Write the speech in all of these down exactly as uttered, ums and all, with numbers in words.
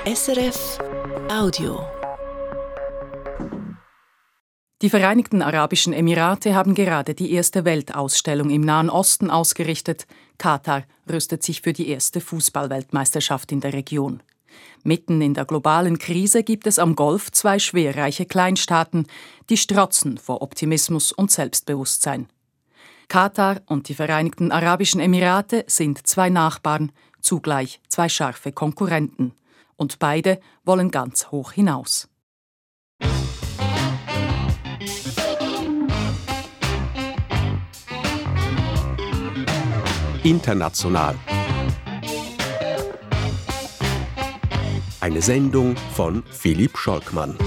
S R F Audio. Die Vereinigten Arabischen Emirate haben gerade die erste Weltausstellung im Nahen Osten ausgerichtet. Katar rüstet sich für die erste Fußball-Weltmeisterschaft in der Region. Mitten in der globalen Krise gibt es am Golf zwei schwerreiche Kleinstaaten, die strotzen vor Optimismus und Selbstbewusstsein. Katar und die Vereinigten Arabischen Emirate sind zwei Nachbarn, zugleich zwei scharfe Konkurrenten. Und beide wollen ganz hoch hinaus. International. Eine Sendung von Philipp Scholkmann.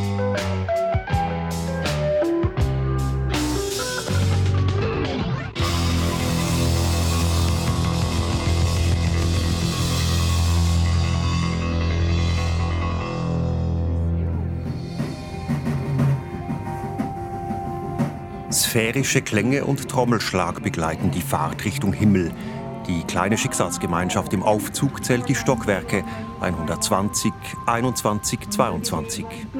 Sphärische Klänge und Trommelschlag begleiten die Fahrt Richtung Himmel. Die kleine Schicksalsgemeinschaft im Aufzug zählt die Stockwerke hundertzwanzig, einundzwanzig, zweiundzwanzig.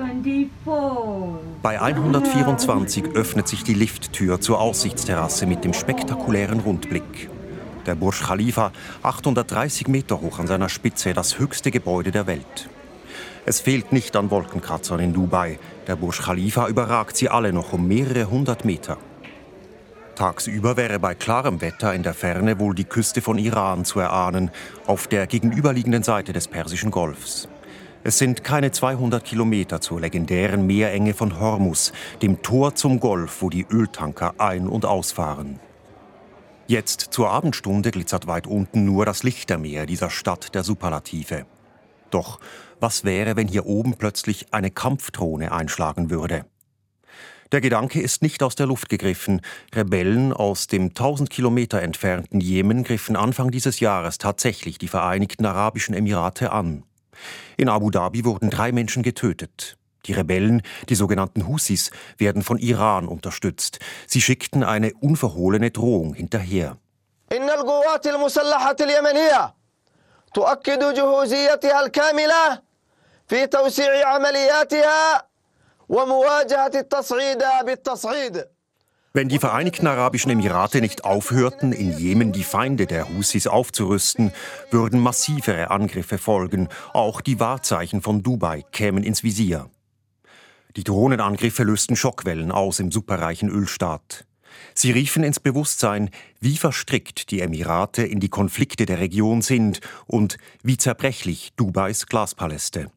Bei hundertvierundzwanzig öffnet sich die Lifttür zur Aussichtsterrasse mit dem spektakulären Rundblick. Der Burj Khalifa, achthundertdreißig Meter hoch an seiner Spitze, das höchste Gebäude der Welt. Es fehlt nicht an Wolkenkratzern in Dubai. Der Burj Khalifa überragt sie alle noch um mehrere hundert Meter. Tagsüber wäre bei klarem Wetter in der Ferne wohl die Küste von Iran zu erahnen, auf der gegenüberliegenden Seite des Persischen Golfs. Es sind keine zweihundert Kilometer zur legendären Meerenge von Hormuz, dem Tor zum Golf, wo die Öltanker ein- und ausfahren. Jetzt zur Abendstunde glitzert weit unten nur das Lichtermeer dieser Stadt der Superlative. Doch was wäre, wenn hier oben plötzlich eine Kampfdrohne einschlagen würde? Der Gedanke ist nicht aus der Luft gegriffen. Rebellen aus dem tausend Kilometer entfernten Jemen griffen Anfang dieses Jahres tatsächlich die Vereinigten Arabischen Emirate an. In Abu Dhabi wurden drei Menschen getötet. Die Rebellen, die sogenannten Husis, werden von Iran unterstützt. Sie schickten eine unverhohlene Drohung hinterher. تؤكد جهوزيتها الكاملة في توسيع عملياتها ومواجهة التصعيد بالتصعيد. Wenn die Vereinigten Arabischen Emirate nicht aufhörten, in Jemen die Feinde der Husis aufzurüsten, würden massivere Angriffe folgen. Auch die Wahrzeichen von Dubai kämen ins Visier. Die Drohnenangriffe lösten Schockwellen aus im superreichen Ölstaat. Sie riefen ins Bewusstsein, wie verstrickt die Emirate in die Konflikte der Region sind und wie zerbrechlich Dubais Glaspaläste.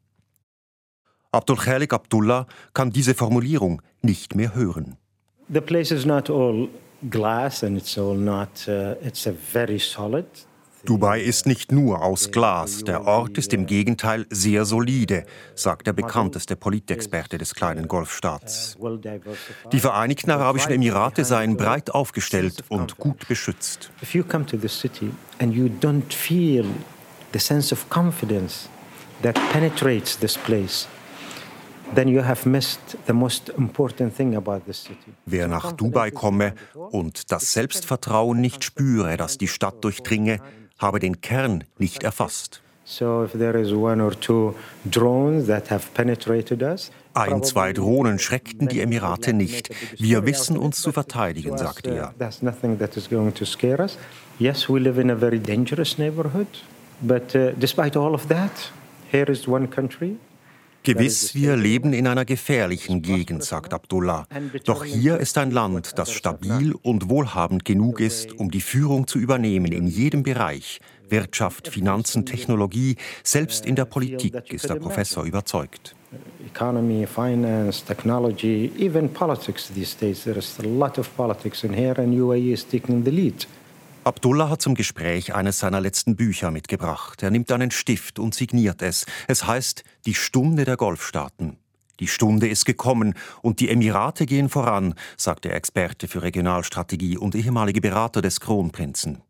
Abdul Khalik Abdullah kann diese Formulierung nicht mehr hören. The place is not all glass and it's all not uh, it's a very solid. Dubai ist nicht nur aus Glas, der Ort ist im Gegenteil sehr solide, sagt der bekannteste Politexperte des kleinen Golfstaats. Die Vereinigten Arabischen Emirate seien breit aufgestellt und gut beschützt. If you come to the city and you don't feel the sense of confidence that penetrates this place, then you have missed the most important thing about this city. Wer nach Dubai komme und das Selbstvertrauen nicht spüre, das die Stadt durchdringe, habe den Kern nicht erfasst. So if there is one or two drones that have penetrated us, Ein, zwei Drohnen schreckten die Emirate nicht. Wir wissen uns zu verteidigen, sagt er. That's nothing that is going to scare us. Yes, we live in a very dangerous neighborhood, but uh, despite all of that, here is one country. Gewiss, wir leben in einer gefährlichen Gegend, sagt Abdullah. Doch hier ist ein Land, das stabil und wohlhabend genug ist, um die Führung zu übernehmen in jedem Bereich. Wirtschaft, Finanzen, Technologie, selbst in der Politik ist der Professor überzeugt. Economy, finance, technology, even politics these days. There is a lot of politics in here and U A E is taking the lead. Abdullah hat zum Gespräch eines seiner letzten Bücher mitgebracht. Er nimmt einen Stift und signiert es. Es heißt Die Stunde der Golfstaaten. Die Stunde ist gekommen und die Emirate gehen voran, sagt der Experte für Regionalstrategie und ehemalige Berater des Kronprinzen.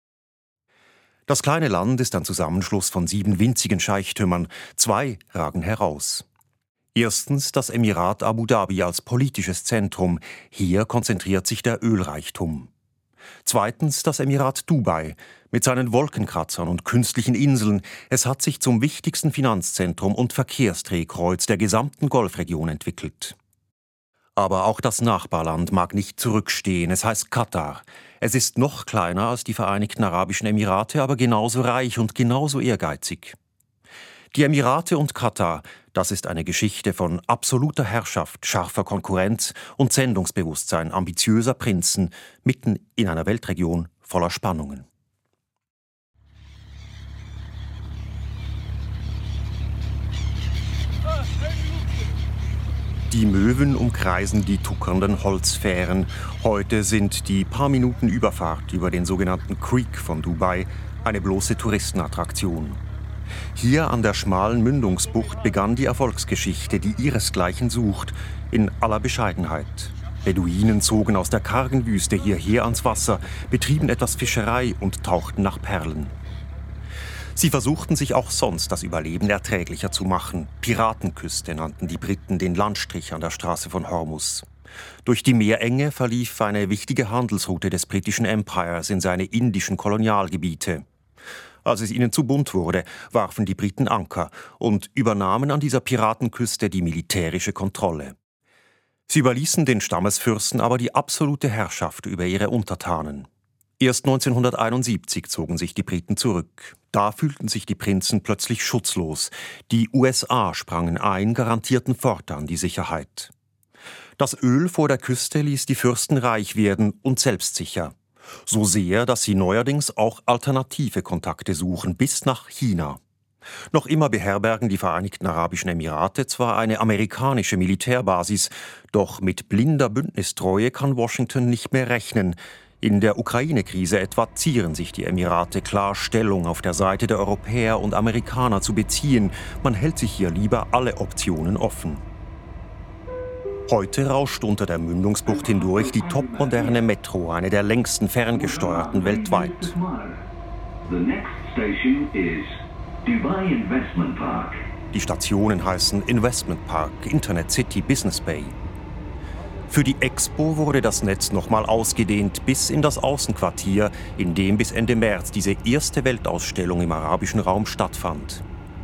Das kleine Land ist ein Zusammenschluss von sieben winzigen Scheichtümern. Zwei ragen heraus. Erstens das Emirat Abu Dhabi als politisches Zentrum. Hier konzentriert sich der Ölreichtum. Zweitens das Emirat Dubai mit seinen Wolkenkratzern und künstlichen Inseln. Es hat sich zum wichtigsten Finanzzentrum und Verkehrsdrehkreuz der gesamten Golfregion entwickelt. Aber auch das Nachbarland mag nicht zurückstehen. Es heißt Katar. Es ist noch kleiner als die Vereinigten Arabischen Emirate, aber genauso reich und genauso ehrgeizig. Die Emirate und Katar, das ist eine Geschichte von absoluter Herrschaft, scharfer Konkurrenz und Sendungsbewusstsein ambitiöser Prinzen mitten in einer Weltregion voller Spannungen. Die Möwen umkreisen die tuckernden Holzfähren. Heute sind die paar Minuten Überfahrt über den sogenannten Creek von Dubai eine bloße Touristenattraktion. Hier an der schmalen Mündungsbucht begann die Erfolgsgeschichte, die ihresgleichen sucht, in aller Bescheidenheit. Beduinen zogen aus der kargen Wüste hierher ans Wasser, betrieben etwas Fischerei und tauchten nach Perlen. Sie versuchten sich auch sonst das Überleben erträglicher zu machen. Piratenküste nannten die Briten den Landstrich an der Straße von Hormuz. Durch die Meerenge verlief eine wichtige Handelsroute des britischen Empires in seine indischen Kolonialgebiete. Als es ihnen zu bunt wurde, warfen die Briten Anker und übernahmen an dieser Piratenküste die militärische Kontrolle. Sie überließen den Stammesfürsten aber die absolute Herrschaft über ihre Untertanen. Erst neunzehnhunderteinundsiebzig zogen sich die Briten zurück. Da fühlten sich die Prinzen plötzlich schutzlos. Die U S A sprangen ein, garantierten fortan die Sicherheit. Das Öl vor der Küste ließ die Fürsten reich werden und selbstsicher. So sehr, dass sie neuerdings auch alternative Kontakte suchen, bis nach China. Noch immer beherbergen die Vereinigten Arabischen Emirate zwar eine amerikanische Militärbasis, doch mit blinder Bündnistreue kann Washington nicht mehr rechnen. In der Ukraine-Krise etwa zieren sich die Emirate klar, Stellung auf der Seite der Europäer und Amerikaner zu beziehen. Man hält sich hier lieber alle Optionen offen. Heute rauscht unter der Mündungsbucht hindurch die topmoderne Metro, eine der längsten ferngesteuerten weltweit. Die Stationen heißen Investment Park, Internet City, Business Bay. Für die Expo wurde das Netz nochmal ausgedehnt bis in das Außenquartier, in dem bis Ende März diese erste Weltausstellung im arabischen Raum stattfand.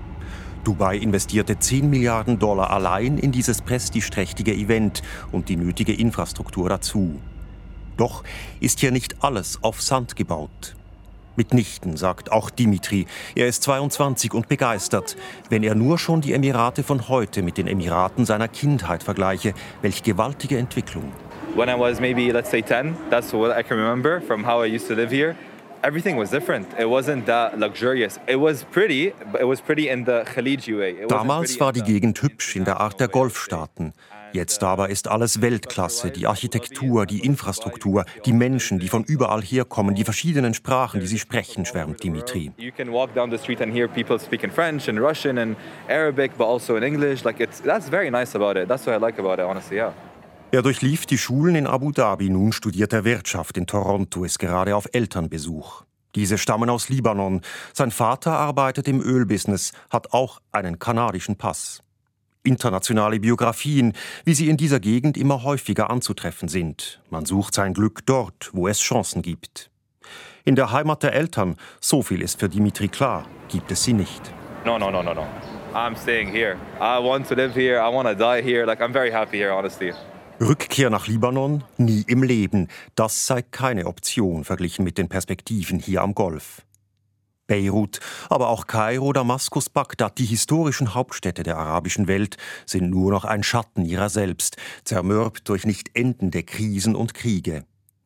Dubai investierte zehn Milliarden Dollar allein in dieses prestigeträchtige Event und die nötige Infrastruktur dazu. Doch ist hier nicht alles auf Sand gebaut. Mitnichten, sagt auch Dimitri. Er ist zweiundzwanzig und begeistert, wenn er nur schon die Emirate von heute mit den Emiraten seiner Kindheit vergleiche. Welch gewaltige Entwicklung. When I was maybe, let's say ten, that's what I can remember from how I used to live here. Everything was different. It wasn't that luxurious. It was pretty, but it was pretty in the Khaliji way. Damals war die Gegend hübsch in der Art der Golfstaaten. Jetzt aber ist alles Weltklasse, die Architektur, die Infrastruktur, die Menschen, die von überall herkommen, die verschiedenen Sprachen, die sie sprechen, schwärmt Dimitri. You can walk down the street and hear people speaking French and Russian and Arabic, but also in English. Like it's that's very nice about it. That's what I like about it, honestly, yeah. Er durchlief die Schulen in Abu Dhabi, nun studiert er Wirtschaft in Toronto, ist gerade auf Elternbesuch. Diese stammen aus Libanon. Sein Vater arbeitet im Ölbusiness, hat auch einen kanadischen Pass. Internationale Biografien, wie sie in dieser Gegend immer häufiger anzutreffen sind. Man sucht sein Glück dort, wo es Chancen gibt. In der Heimat der Eltern, so viel ist für Dimitri klar, gibt es sie nicht. No, no, no, no, no. I'm staying here. I want to live here. I want to die here. Like I'm very happy here, honestly. Rückkehr nach Libanon? Nie im Leben. Das sei keine Option, verglichen mit den Perspektiven hier am Golf. Beirut, aber auch Kairo, Damaskus, Bagdad, die historischen Hauptstädte der arabischen Welt, sind nur noch ein Schatten ihrer selbst, zermürbt durch nicht endende Krisen und Kriege.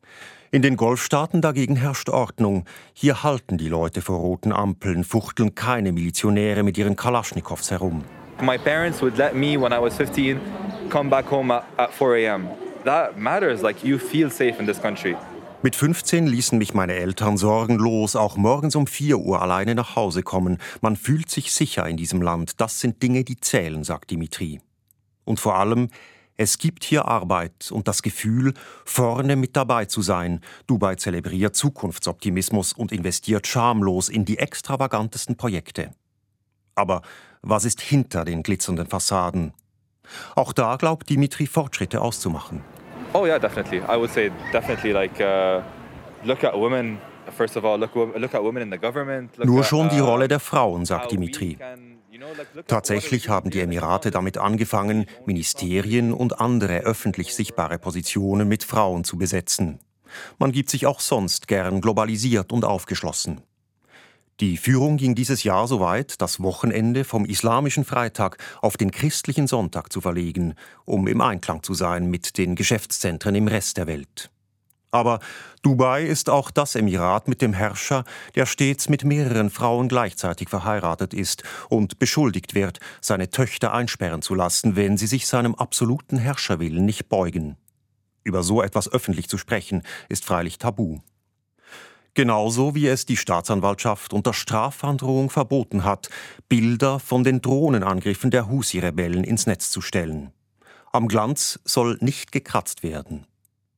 In den Golfstaaten dagegen herrscht Ordnung. Hier halten die Leute vor roten Ampeln, fuchteln keine Milizionäre mit ihren Kalaschnikows herum. My parents would let me, when I was fifteen, come back home at, at four a m That matters, like you feel safe in this country. Mit fünfzehn ließen mich meine Eltern sorgenlos auch morgens um vier Uhr alleine nach Hause kommen. Man fühlt sich sicher in diesem Land. Das sind Dinge, die zählen, sagt Dimitri. Und vor allem, es gibt hier Arbeit und das Gefühl, vorne mit dabei zu sein. Dubai zelebriert Zukunftsoptimismus und investiert schamlos in die extravagantesten Projekte. Aber was ist hinter den glitzernden Fassaden? Auch da glaubt Dimitri, Fortschritte auszumachen. Oh yeah, definitely. I would say definitely like uh, look at women. First of all, look, look at women in the government. Nur schon die Rolle der Frauen, sagt Dimitri. Tatsächlich haben die Emirate damit angefangen, Ministerien und andere öffentlich sichtbare Positionen mit Frauen zu besetzen. Man gibt sich auch sonst gern globalisiert und aufgeschlossen. Die Führung ging dieses Jahr so weit, das Wochenende vom islamischen Freitag auf den christlichen Sonntag zu verlegen, um im Einklang zu sein mit den Geschäftszentren im Rest der Welt. Aber Dubai ist auch das Emirat mit dem Herrscher, der stets mit mehreren Frauen gleichzeitig verheiratet ist und beschuldigt wird, seine Töchter einsperren zu lassen, wenn sie sich seinem absoluten Herrscherwillen nicht beugen. Über so etwas öffentlich zu sprechen, ist freilich tabu. Genauso wie es die Staatsanwaltschaft unter Strafandrohung verboten hat, Bilder von den Drohnenangriffen der Husi-Rebellen ins Netz zu stellen. Am Glanz soll nicht gekratzt werden.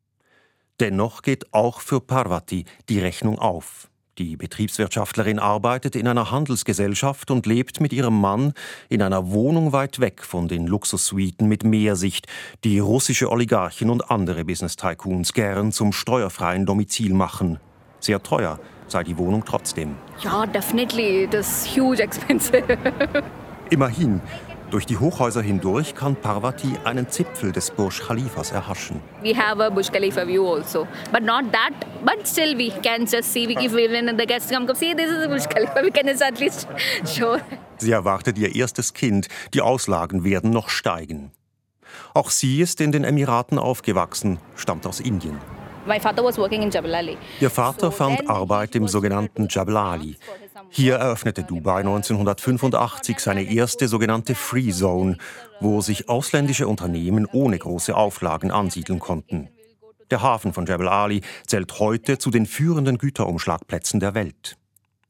Dennoch geht auch für Parvati die Rechnung auf. Die Betriebswirtschaftlerin arbeitet in einer Handelsgesellschaft und lebt mit ihrem Mann in einer Wohnung weit weg von den Luxussuiten mit Meersicht, die russische Oligarchen und andere Business-Tycoons gern zum steuerfreien Domizil machen. Sehr teuer sei die Wohnung trotzdem. Ja, definitely. It is huge expensive. Immerhin, durch die Hochhäuser hindurch kann Parvati einen Zipfel des Burj Khalifas erhaschen. We have a Burj Khalifa view also, but not that. But still, we can just see if when the guests come, come see this is the Burj Khalifa. We can just at least show. Sie erwartet ihr erstes Kind. Die Auslagen werden noch steigen. Auch sie ist in den Emiraten aufgewachsen, stammt aus Indien. My father was working in Jebel Ali. Ihr Vater fand Arbeit im sogenannten Jebel Ali. Hier eröffnete Dubai neunzehnhundertfünfundachtzig seine erste sogenannte Free Zone, wo sich ausländische Unternehmen ohne große Auflagen ansiedeln konnten. Der Hafen von Jebel Ali zählt heute zu den führenden Güterumschlagplätzen der Welt.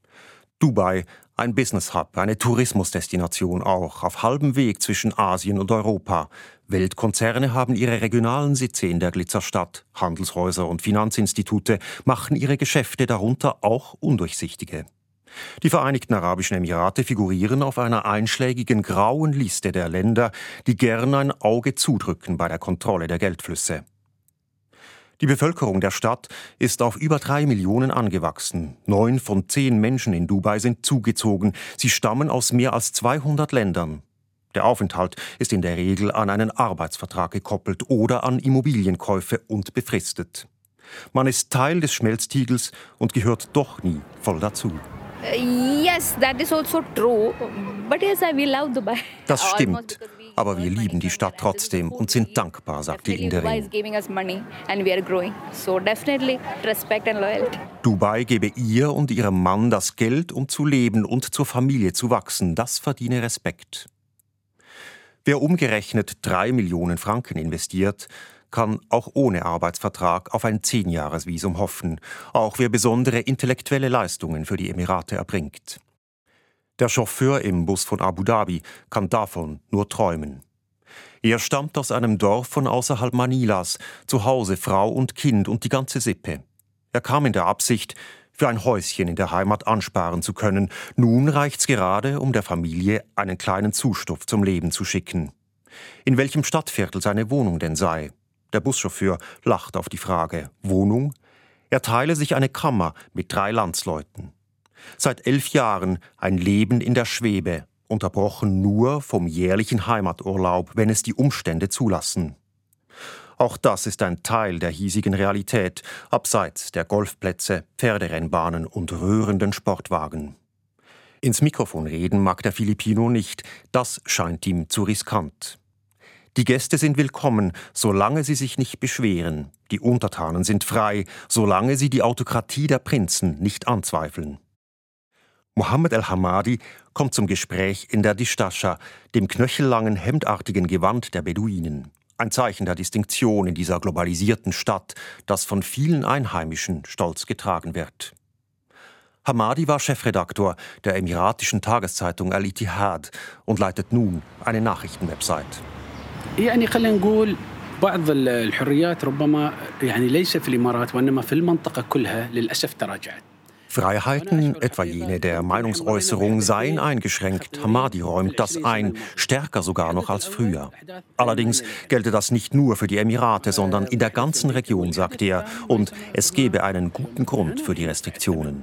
Dubai, ein Business-Hub, eine Tourismusdestination auch, auf halbem Weg zwischen Asien und Europa. Weltkonzerne haben ihre regionalen Sitze in der Glitzerstadt. Handelshäuser und Finanzinstitute machen ihre Geschäfte, darunter auch undurchsichtige. Die Vereinigten Arabischen Emirate figurieren auf einer einschlägigen grauen Liste der Länder, die gern ein Auge zudrücken bei der Kontrolle der Geldflüsse. Die Bevölkerung der Stadt ist auf über drei Millionen angewachsen. Neun von zehn Menschen in Dubai sind zugezogen. Sie stammen aus mehr als zweihundert Ländern. Der Aufenthalt ist in der Regel an einen Arbeitsvertrag gekoppelt oder an Immobilienkäufe und befristet. Man ist Teil des Schmelztiegels und gehört doch nie voll dazu. Yes, that is also true. But yes, I will love Dubai. Das stimmt. Aber wir lieben die Stadt trotzdem und sind dankbar, sagt die Inderin. Dubai gebe ihr und ihrem Mann das Geld, um zu leben und zur Familie zu wachsen. Das verdiene Respekt. Wer umgerechnet drei Millionen Franken investiert, kann auch ohne Arbeitsvertrag auf ein Zehnjahresvisum hoffen, auch wer besondere intellektuelle Leistungen für die Emirate erbringt. Der Chauffeur im Bus von Abu Dhabi kann davon nur träumen. Er stammt aus einem Dorf von außerhalb Manilas, zu Hause Frau und Kind und die ganze Sippe. Er kam in der Absicht, für ein Häuschen in der Heimat ansparen zu können. Nun reicht's gerade, um der Familie einen kleinen Zustuff zum Leben zu schicken. In welchem Stadtviertel seine Wohnung denn sei? Der Buschauffeur lacht auf die Frage. Wohnung? Er teile sich eine Kammer mit drei Landsleuten. Seit elf Jahren ein Leben in der Schwebe, unterbrochen nur vom jährlichen Heimaturlaub, wenn es die Umstände zulassen. Auch das ist ein Teil der hiesigen Realität, abseits der Golfplätze, Pferderennbahnen und rührenden Sportwagen. Ins Mikrofon reden mag der Filipino nicht, das scheint ihm zu riskant. Die Gäste sind willkommen, solange sie sich nicht beschweren. Die Untertanen sind frei, solange sie die Autokratie der Prinzen nicht anzweifeln. Mohammed El-Hamadi kommt zum Gespräch in der Distascha, dem knöchellangen, hemdartigen Gewand der Beduinen. Ein Zeichen der Distinktion in dieser globalisierten Stadt, das von vielen Einheimischen stolz getragen wird. Hamadi war Chefredaktor der emiratischen Tageszeitung Al-Ittihad und leitet nun eine Nachrichtenwebsite. يعني خلينا نقول بعض الحريات ربما يعني ليس في الإمارات وإنما في المنطقة كلها للأسف تراجعت. Freiheiten, etwa jene der Meinungsäußerung, seien eingeschränkt. Hamadi räumt das ein, stärker sogar noch als früher. Allerdings gelte das nicht nur für die Emirate, sondern in der ganzen Region, sagt er. Und es gebe einen guten Grund für die Restriktionen.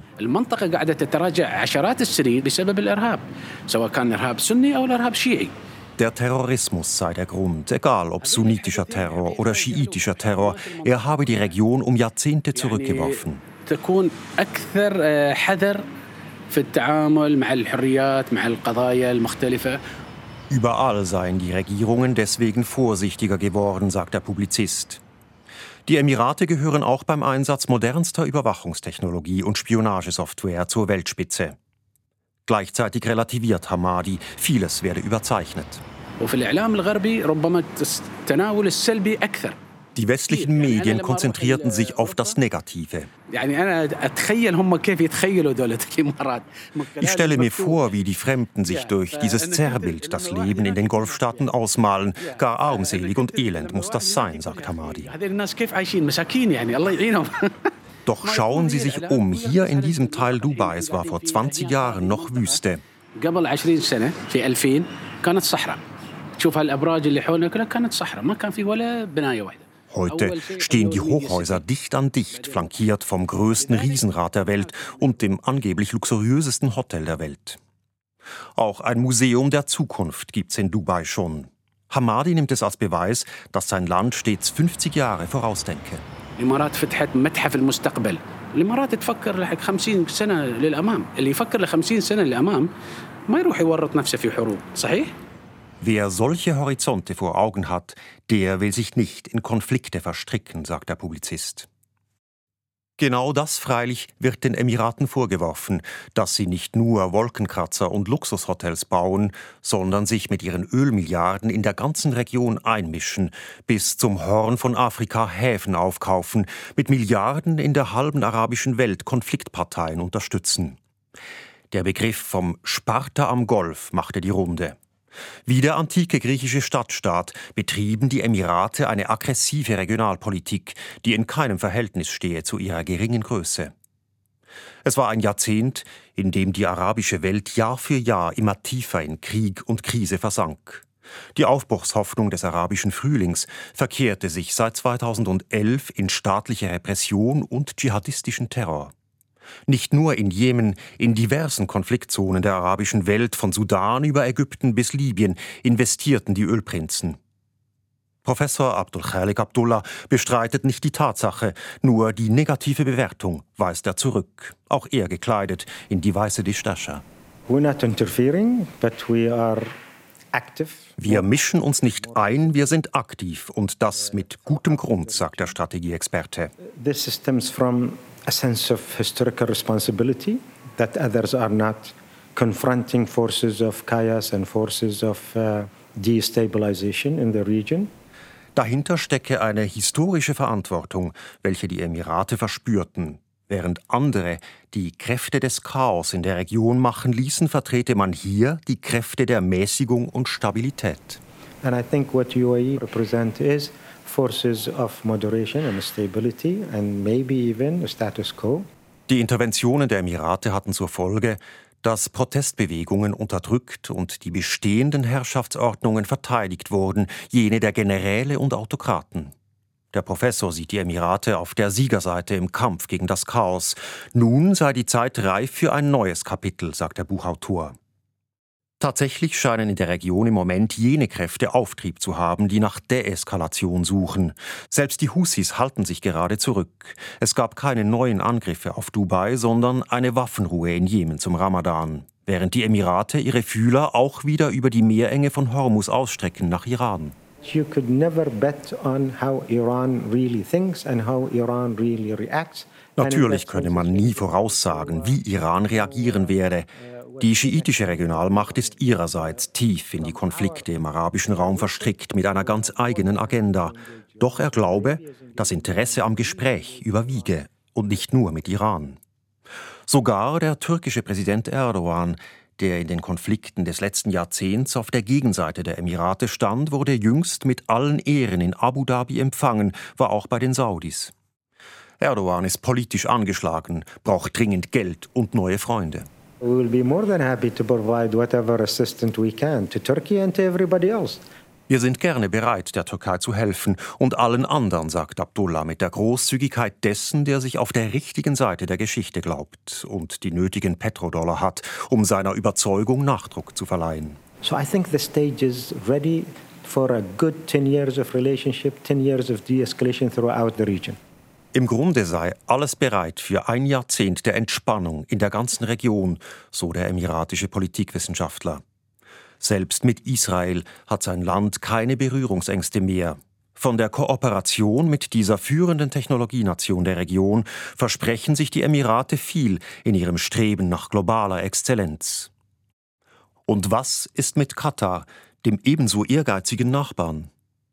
Der Terrorismus sei der Grund, egal ob sunnitischer Terror oder schiitischer Terror. Er habe die Region um Jahrzehnte zurückgeworfen. تكون أكثر حذر في التعامل مع الحريات مع القضايا المختلفة. Überall seien die Regierungen deswegen vorsichtiger geworden, sagt der Publizist. Die Emirate gehören auch beim Einsatz modernster Überwachungstechnologie und Spionagesoftware zur Weltspitze. Gleichzeitig relativiert Hamadi, vieles werde überzeichnet. وفي الإعلام الغربي ربما التناول السلبي أكثر. Die westlichen Medien konzentrierten sich auf das Negative. Ich stelle mir vor, wie die Fremden sich durch dieses Zerrbild das Leben in den Golfstaaten ausmalen. Gar armselig und elend muss das sein, sagt Hamadi. Doch schauen Sie sich um. Hier in diesem Teil Dubais war vor zwanzig Jahren noch Wüste. Heute stehen die Hochhäuser dicht an dicht, flankiert vom größten Riesenrad der Welt und dem angeblich luxuriösesten Hotel der Welt. Auch ein Museum der Zukunft gibt's in Dubai schon. Hamadi nimmt es als Beweis, dass sein Land stets fünfzig Jahre vorausdenke. الإمارات فتحت متحف المستقبل. الإمارات تفكر لحق خمسين سنة للأمام. اللي يفكر لخمسين سنة للأمام ما يروح يورط نفسه في حروب. صحيح؟ Wer solche Horizonte vor Augen hat, der will sich nicht in Konflikte verstricken, sagt der Publizist. Genau das freilich wird den Emiraten vorgeworfen, dass sie nicht nur Wolkenkratzer und Luxushotels bauen, sondern sich mit ihren Ölmilliarden in der ganzen Region einmischen, bis zum Horn von Afrika Häfen aufkaufen, mit Milliarden in der halben arabischen Welt Konfliktparteien unterstützen. Der Begriff vom Sparta am Golf machte die Runde. Wie der antike griechische Stadtstaat betrieben die Emirate eine aggressive Regionalpolitik, die in keinem Verhältnis stehe zu ihrer geringen Größe. Es war ein Jahrzehnt, in dem die arabische Welt Jahr für Jahr immer tiefer in Krieg und Krise versank. Die Aufbruchshoffnung des arabischen Frühlings verkehrte sich seit zweitausendelf in staatliche Repression und dschihadistischen Terror. Nicht nur in Jemen, in diversen Konfliktzonen der arabischen Welt, von Sudan über Ägypten bis Libyen, investierten die Ölprinzen. Professor Abdul Khalik Abdullah bestreitet nicht die Tatsache, nur die negative Bewertung weist er zurück. Auch er gekleidet in die weiße Distascha. We're not interfering, but we are active. Wir mischen uns nicht ein, wir sind aktiv. Und das mit gutem Grund, sagt der Strategieexperte. This stems from a sense of historical responsibility that others are not confronting forces of chaos and forces of uh, destabilization in the region. Dahinter stecke eine historische Verantwortung, welche die Emirate verspürten. Während andere die Kräfte des Chaos in der Region machen ließen, vertrete man hier die Kräfte der Mäßigung und Stabilität. And I think what U A E represent is forces of moderation and stability and maybe even a status quo. Die Interventionen der Emirate hatten zur Folge, dass Protestbewegungen unterdrückt und die bestehenden Herrschaftsordnungen verteidigt wurden, jene der Generäle und Autokraten. Der Professor sieht die Emirate auf der Siegerseite im Kampf gegen das Chaos. Nun sei die Zeit reif für ein neues Kapitel, sagt der Buchautor. Tatsächlich scheinen in der Region im Moment jene Kräfte Auftrieb zu haben, die nach Deeskalation suchen. Selbst die Houthis halten sich gerade zurück. Es gab keine neuen Angriffe auf Dubai, sondern eine Waffenruhe in Jemen zum Ramadan, während die Emirate ihre Fühler auch wieder über die Meerenge von Hormuz ausstrecken nach Iran. You could never bet on how Iran really thinks and how Iran really reacts. Natürlich könne man nie voraussagen, wie Iran reagieren werde. Die schiitische Regionalmacht ist ihrerseits tief in die Konflikte im arabischen Raum verstrickt mit einer ganz eigenen Agenda. Doch er glaube, das Interesse am Gespräch überwiege und nicht nur mit Iran. Sogar der türkische Präsident Erdogan, der in den Konflikten des letzten Jahrzehnts auf der Gegenseite der Emirate stand, wurde jüngst mit allen Ehren in Abu Dhabi empfangen, war auch bei den Saudis. Erdogan ist politisch angeschlagen, braucht dringend Geld und neue Freunde. We will be more than happy to provide whatever assistance we can to Turkey and to everybody else. Wir sind gerne bereit, der Türkei zu helfen und allen anderen, sagt Abdullah mit der Großzügigkeit dessen, der sich auf der richtigen Seite der Geschichte glaubt und die nötigen Petrodollar hat, um seiner Überzeugung Nachdruck zu verleihen. So I think the stage is ready for a good ten years of relationship, ten years of de-escalation throughout the region. Im Grunde sei alles bereit für ein Jahrzehnt der Entspannung in der ganzen Region, so der emiratische Politikwissenschaftler. Selbst mit Israel hat sein Land keine Berührungsängste mehr. Von der Kooperation mit dieser führenden Technologienation der Region versprechen sich die Emirate viel in ihrem Streben nach globaler Exzellenz. Und was ist mit Katar, dem ebenso ehrgeizigen Nachbarn?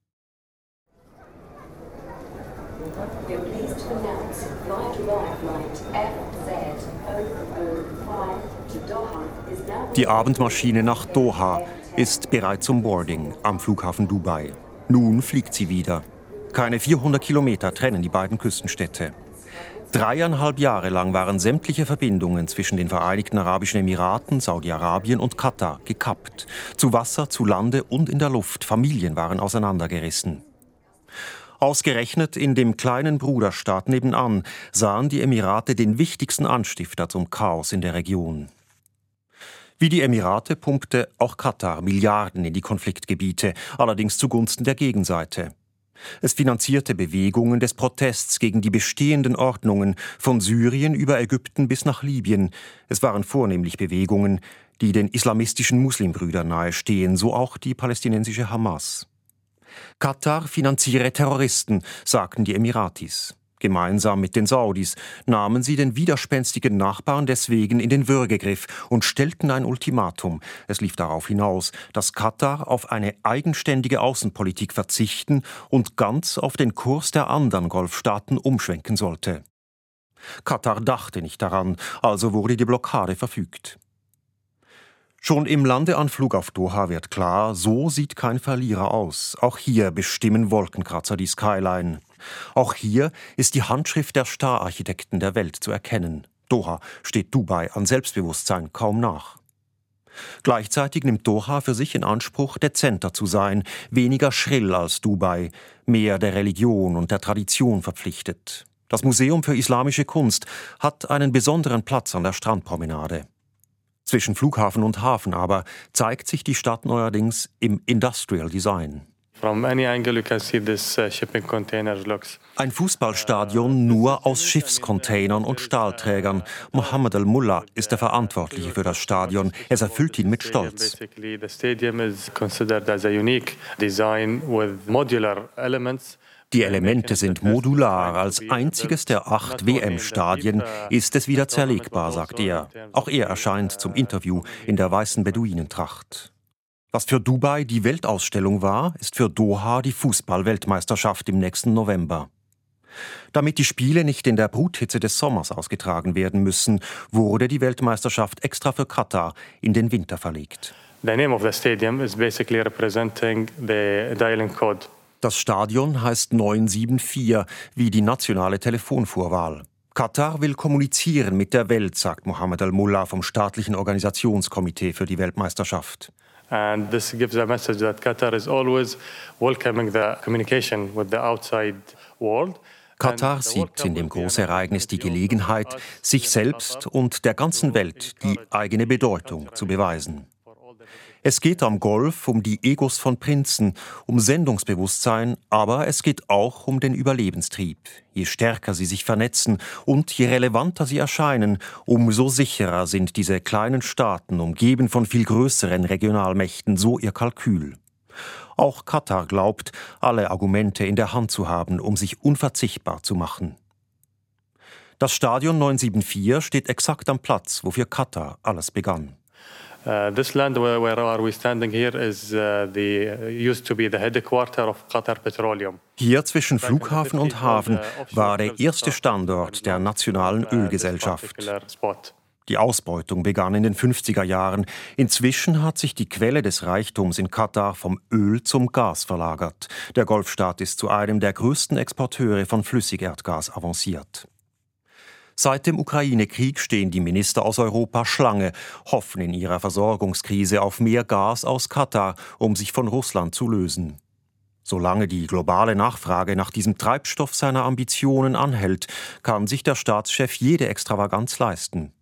Die Abendmaschine nach Doha ist bereit zum Boarding am Flughafen Dubai. Nun fliegt sie wieder. Keine vierhundert Kilometer trennen die beiden Küstenstädte. Dreieinhalb Jahre lang waren sämtliche Verbindungen zwischen den Vereinigten Arabischen Emiraten, Saudi-Arabien und Katar gekappt. Zu Wasser, zu Lande und in der Luft. Familien waren auseinandergerissen. Ausgerechnet in dem kleinen Bruderstaat nebenan sahen die Emirate den wichtigsten Anstifter zum Chaos in der Region. Wie die Emirate pumpte auch Katar Milliarden in die Konfliktgebiete, allerdings zugunsten der Gegenseite. Es finanzierte Bewegungen des Protests gegen die bestehenden Ordnungen von Syrien über Ägypten bis nach Libyen. Es waren vornehmlich Bewegungen, die den islamistischen Muslimbrüdern nahestehen, so auch die palästinensische Hamas. Katar finanziere Terroristen, sagten die Emiratis. Gemeinsam mit den Saudis nahmen sie den widerspenstigen Nachbarn deswegen in den Würgegriff und stellten ein Ultimatum. Es lief darauf hinaus, dass Katar auf eine eigenständige Außenpolitik verzichten und ganz auf den Kurs der anderen Golfstaaten umschwenken sollte. Katar dachte nicht daran, also wurde die Blockade verfügt. Schon im Landeanflug auf Doha wird klar, so sieht kein Verlierer aus. Auch hier bestimmen Wolkenkratzer die Skyline. Auch hier ist die Handschrift der Star-Architekten der Welt zu erkennen. Doha steht Dubai an Selbstbewusstsein kaum nach. Gleichzeitig nimmt Doha für sich in Anspruch, dezenter zu sein, weniger schrill als Dubai, mehr der Religion und der Tradition verpflichtet. Das Museum für islamische Kunst hat einen besonderen Platz an der Strandpromenade. Zwischen Flughafen und Hafen aber zeigt sich die Stadt neuerdings im Industrial Design. Ein Fußballstadion nur aus Schiffscontainern und Stahlträgern. Mohammed Al-Mullah ist der Verantwortliche für das Stadion. Es erfüllt ihn mit Stolz. Die Elemente sind modular. Als einziges der acht W M-Stadien ist es wieder zerlegbar, sagt er. Auch er erscheint zum Interview in der weißen Beduinentracht. Was für Dubai die Weltausstellung war, ist für Doha die Fußball-Weltmeisterschaft im nächsten November. Damit die Spiele nicht in der Bruthitze des Sommers ausgetragen werden müssen, wurde die Weltmeisterschaft extra für Katar in den Winter verlegt. The name of the stadium is basically representing the dialing code. Das Stadion heißt neun sieben vier, wie die nationale Telefonvorwahl. Katar will kommunizieren mit der Welt, sagt Mohammed Al-Mullah vom staatlichen Organisationskomitee für die Weltmeisterschaft. And this gives a message that Qatar is always welcoming the communication with the outside world. Katar sieht in dem Großereignis die Gelegenheit, sich selbst und der ganzen Welt die eigene Bedeutung zu beweisen. Es geht am Golf um die Egos von Prinzen, um Sendungsbewusstsein, aber es geht auch um den Überlebenstrieb. Je stärker sie sich vernetzen und je relevanter sie erscheinen, umso sicherer sind diese kleinen Staaten, umgeben von viel größeren Regionalmächten, so ihr Kalkül. Auch Katar glaubt, alle Argumente in der Hand zu haben, um sich unverzichtbar zu machen. Das Stadion neun sieben vier steht exakt am Platz, wo für Katar alles begann. Uh, this land where, where are we standing here is uh, the used to be the headquarter of Qatar Petroleum. Hier zwischen Flughafen und Hafen war der erste Standort der nationalen Ölgesellschaft. Die Ausbeutung begann in den fünfziger Jahren. Inzwischen hat sich die Quelle des Reichtums in Katar vom Öl zum Gas verlagert. Der Golfstaat ist zu einem der größten Exporteure von Flüssigerdgas avanciert. Seit dem Ukraine-Krieg stehen die Minister aus Europa Schlange, hoffen in ihrer Versorgungskrise auf mehr Gas aus Katar, um sich von Russland zu lösen. Solange die globale Nachfrage nach diesem Treibstoff seiner Ambitionen anhält, kann sich der Staatschef jede Extravaganz leisten.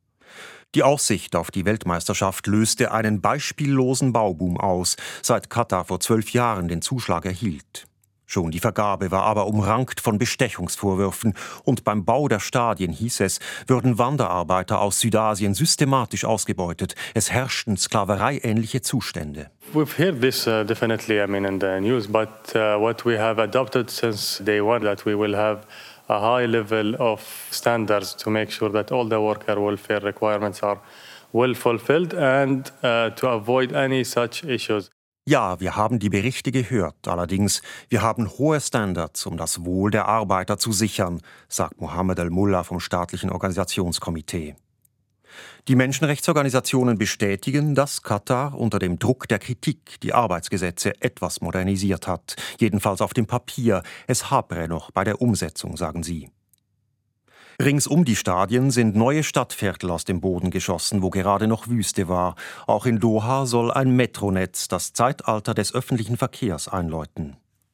Die Aussicht auf die Weltmeisterschaft löste einen beispiellosen Bauboom aus, seit Katar vor zwölf Jahren den Zuschlag erhielt. Schon die Vergabe war aber umrankt von Bestechungsvorwürfen und beim Bau der Stadien hieß es, würden Wanderarbeiter aus Südasien systematisch ausgebeutet. Es herrschten sklavereiähnliche Zustände. We've heard this uh, definitely, I mean, in the news, but uh, what we have adopted since day one, that we will have a high level of standards to make sure that all the worker welfare requirements are well fulfilled and uh, to avoid any such issues. Ja, wir haben die Berichte gehört. Allerdings, wir haben hohe Standards, um das Wohl der Arbeiter zu sichern, sagt Mohammed Al-Mullah vom staatlichen Organisationskomitee. Die Menschenrechtsorganisationen bestätigen, dass Katar unter dem Druck der Kritik die Arbeitsgesetze etwas modernisiert hat. Jedenfalls auf dem Papier. Es hapere noch bei der Umsetzung, sagen sie. Rings um die Stadien sind neue Stadtviertel aus dem Boden geschossen, wo gerade noch Wüste war. Auch in Doha soll ein Metronetz das Zeitalter des öffentlichen Verkehrs einläuten.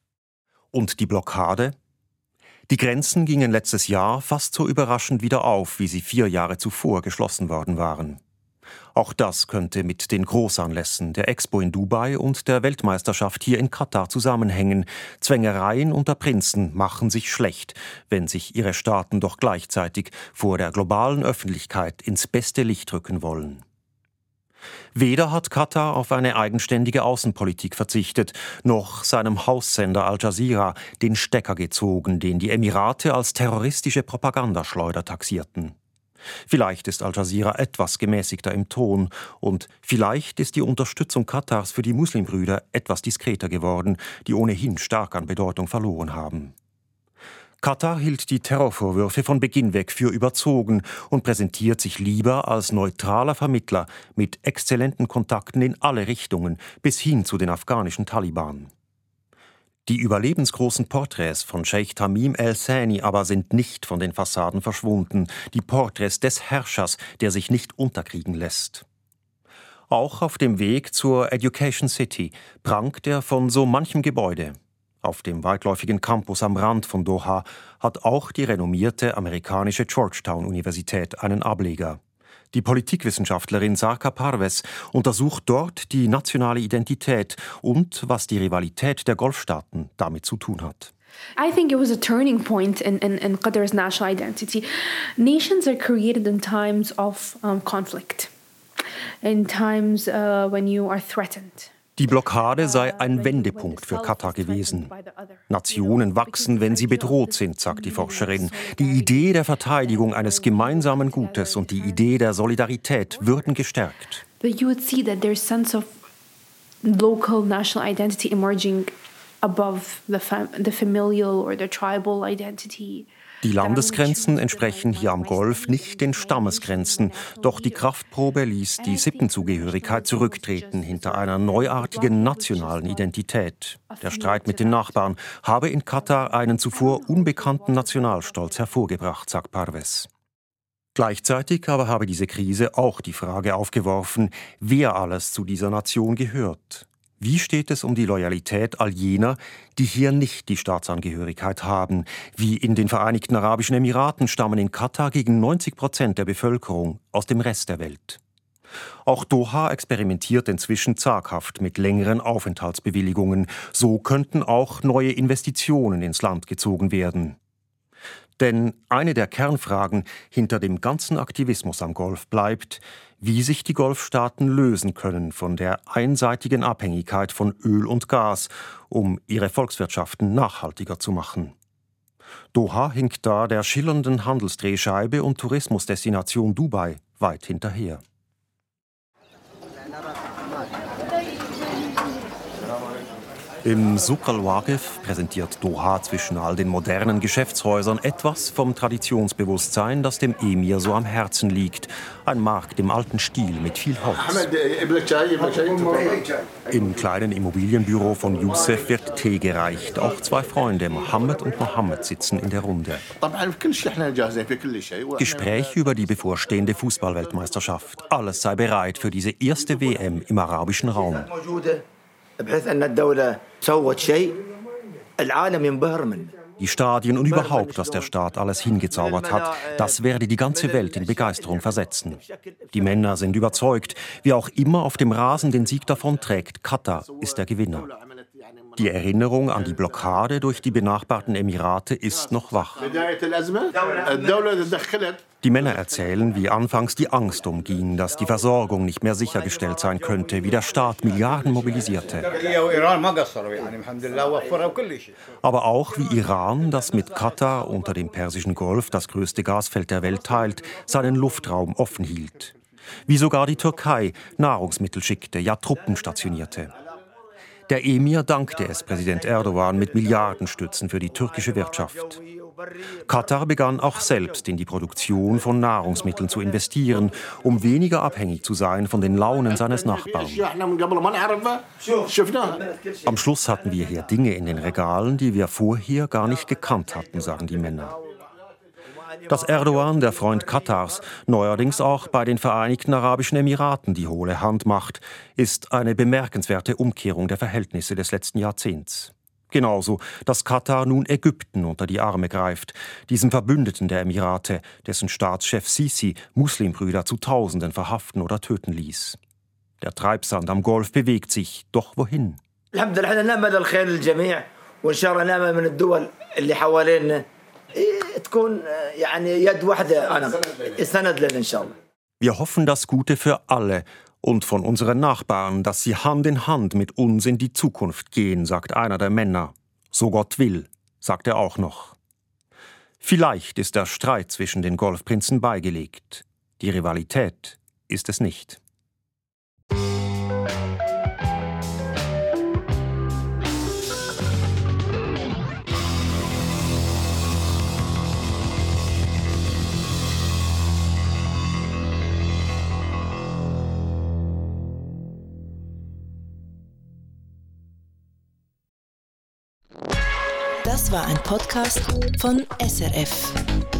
Und die Blockade? Die Grenzen gingen letztes Jahr fast so überraschend wieder auf, wie sie vier Jahre zuvor geschlossen worden waren. Auch das könnte mit den Großanlässen der Expo in Dubai und der Weltmeisterschaft hier in Katar zusammenhängen. Zwängereien unter Prinzen machen sich schlecht, wenn sich ihre Staaten doch gleichzeitig vor der globalen Öffentlichkeit ins beste Licht rücken wollen. Weder hat Katar auf eine eigenständige Außenpolitik verzichtet, noch seinem Haussender Al Jazeera den Stecker gezogen, den die Emirate als terroristische Propagandaschleuder taxierten. Vielleicht ist Al Jazeera etwas gemäßigter im Ton und vielleicht ist die Unterstützung Katars für die Muslimbrüder etwas diskreter geworden, die ohnehin stark an Bedeutung verloren haben. Katar hielt die Terrorvorwürfe von Beginn weg für überzogen und präsentiert sich lieber als neutraler Vermittler mit exzellenten Kontakten in alle Richtungen bis hin zu den afghanischen Taliban. Die überlebensgroßen Porträts von Sheikh Tamim el-Thani aber sind nicht von den Fassaden verschwunden, die Porträts des Herrschers, der sich nicht unterkriegen lässt. Auch auf dem Weg zur Education City prangt er von so manchem Gebäude. Auf dem weitläufigen Campus am Rand von Doha hat auch die renommierte amerikanische Georgetown-Universität einen Ableger. Die Politikwissenschaftlerin Sarkar Parvez untersucht dort die nationale Identität und was die Rivalität der Golfstaaten damit zu tun hat. I think it was a turning point in, in, in Qatar's national identity. Nations are created in times of um, conflict, in times uh, when you are threatened. Die Blockade sei ein Wendepunkt für Katar gewesen. Nationen wachsen, wenn sie bedroht sind, sagt die Forscherin. Die Idee der Verteidigung eines gemeinsamen Gutes und die Idee der Solidarität würden gestärkt. But you would see that there's sense of local national identity emerging above the, fam- the familial or the tribal identity. Die Landesgrenzen entsprechen hier am Golf nicht den Stammesgrenzen, doch die Kraftprobe ließ die Sippenzugehörigkeit zurücktreten hinter einer neuartigen nationalen Identität. Der Streit mit den Nachbarn habe in Katar einen zuvor unbekannten Nationalstolz hervorgebracht, sagt Parvez. Gleichzeitig aber habe diese Krise auch die Frage aufgeworfen, wer alles zu dieser Nation gehört. Wie steht es um die Loyalität all jener, die hier nicht die Staatsangehörigkeit haben? Wie in den Vereinigten Arabischen Emiraten stammen in Katar gegen neunzig Prozent der Bevölkerung aus dem Rest der Welt. Auch Doha experimentiert inzwischen zaghaft mit längeren Aufenthaltsbewilligungen. So könnten auch neue Investitionen ins Land gezogen werden. Denn eine der Kernfragen hinter dem ganzen Aktivismus am Golf bleibt, wie sich die Golfstaaten lösen können von der einseitigen Abhängigkeit von Öl und Gas, um ihre Volkswirtschaften nachhaltiger zu machen. Doha hinkt da der schillernden Handelsdrehscheibe und Tourismusdestination Dubai weit hinterher. Im Souq al-Waqif präsentiert Doha zwischen all den modernen Geschäftshäusern etwas vom Traditionsbewusstsein, das dem Emir so am Herzen liegt. Ein Markt im alten Stil mit viel Holz. Im kleinen Immobilienbüro von Youssef wird Tee gereicht. Auch zwei Freunde, Mohammed und Mohammed, sitzen in der Runde. Gespräch über die bevorstehende Fußballweltmeisterschaft. Alles sei bereit für diese erste W M im arabischen Raum. Die Stadien und überhaupt, was der Staat alles hingezaubert hat, das werde die ganze Welt in Begeisterung versetzen. Die Männer sind überzeugt, wer auch immer auf dem Rasen den Sieg davonträgt, Katar ist der Gewinner. Die Erinnerung an die Blockade durch die benachbarten Emirate ist noch wach. Die Männer erzählen, wie anfangs die Angst umging, dass die Versorgung nicht mehr sichergestellt sein könnte, wie der Staat Milliarden mobilisierte. Aber auch wie Iran, das mit Katar unter dem Persischen Golf das größte Gasfeld der Welt teilt, seinen Luftraum offen hielt. Wie sogar die Türkei Nahrungsmittel schickte, ja Truppen stationierte. Der Emir dankte es Präsident Erdogan mit Milliardenstützen für die türkische Wirtschaft. Katar begann auch selbst in die Produktion von Nahrungsmitteln zu investieren, um weniger abhängig zu sein von den Launen seines Nachbarn. Am Schluss hatten wir hier Dinge in den Regalen, die wir vorher gar nicht gekannt hatten, sagen die Männer. Dass Erdogan, der Freund Katars, neuerdings auch bei den Vereinigten Arabischen Emiraten die hohle Hand macht, ist eine bemerkenswerte Umkehrung der Verhältnisse des letzten Jahrzehnts. Genauso, dass Katar nun Ägypten unter die Arme greift, diesem Verbündeten der Emirate, dessen Staatschef Sisi Muslimbrüder zu Tausenden verhaften oder töten ließ. Der Treibsand am Golf bewegt sich, doch wohin? Wir hoffen das Gute für alle und von unseren Nachbarn, dass sie Hand in Hand mit uns in die Zukunft gehen, sagt einer der Männer. So Gott will, sagt er auch noch. Vielleicht ist der Streit zwischen den Golfprinzen beigelegt. Die Rivalität ist es nicht. Das war ein Podcast von S R F.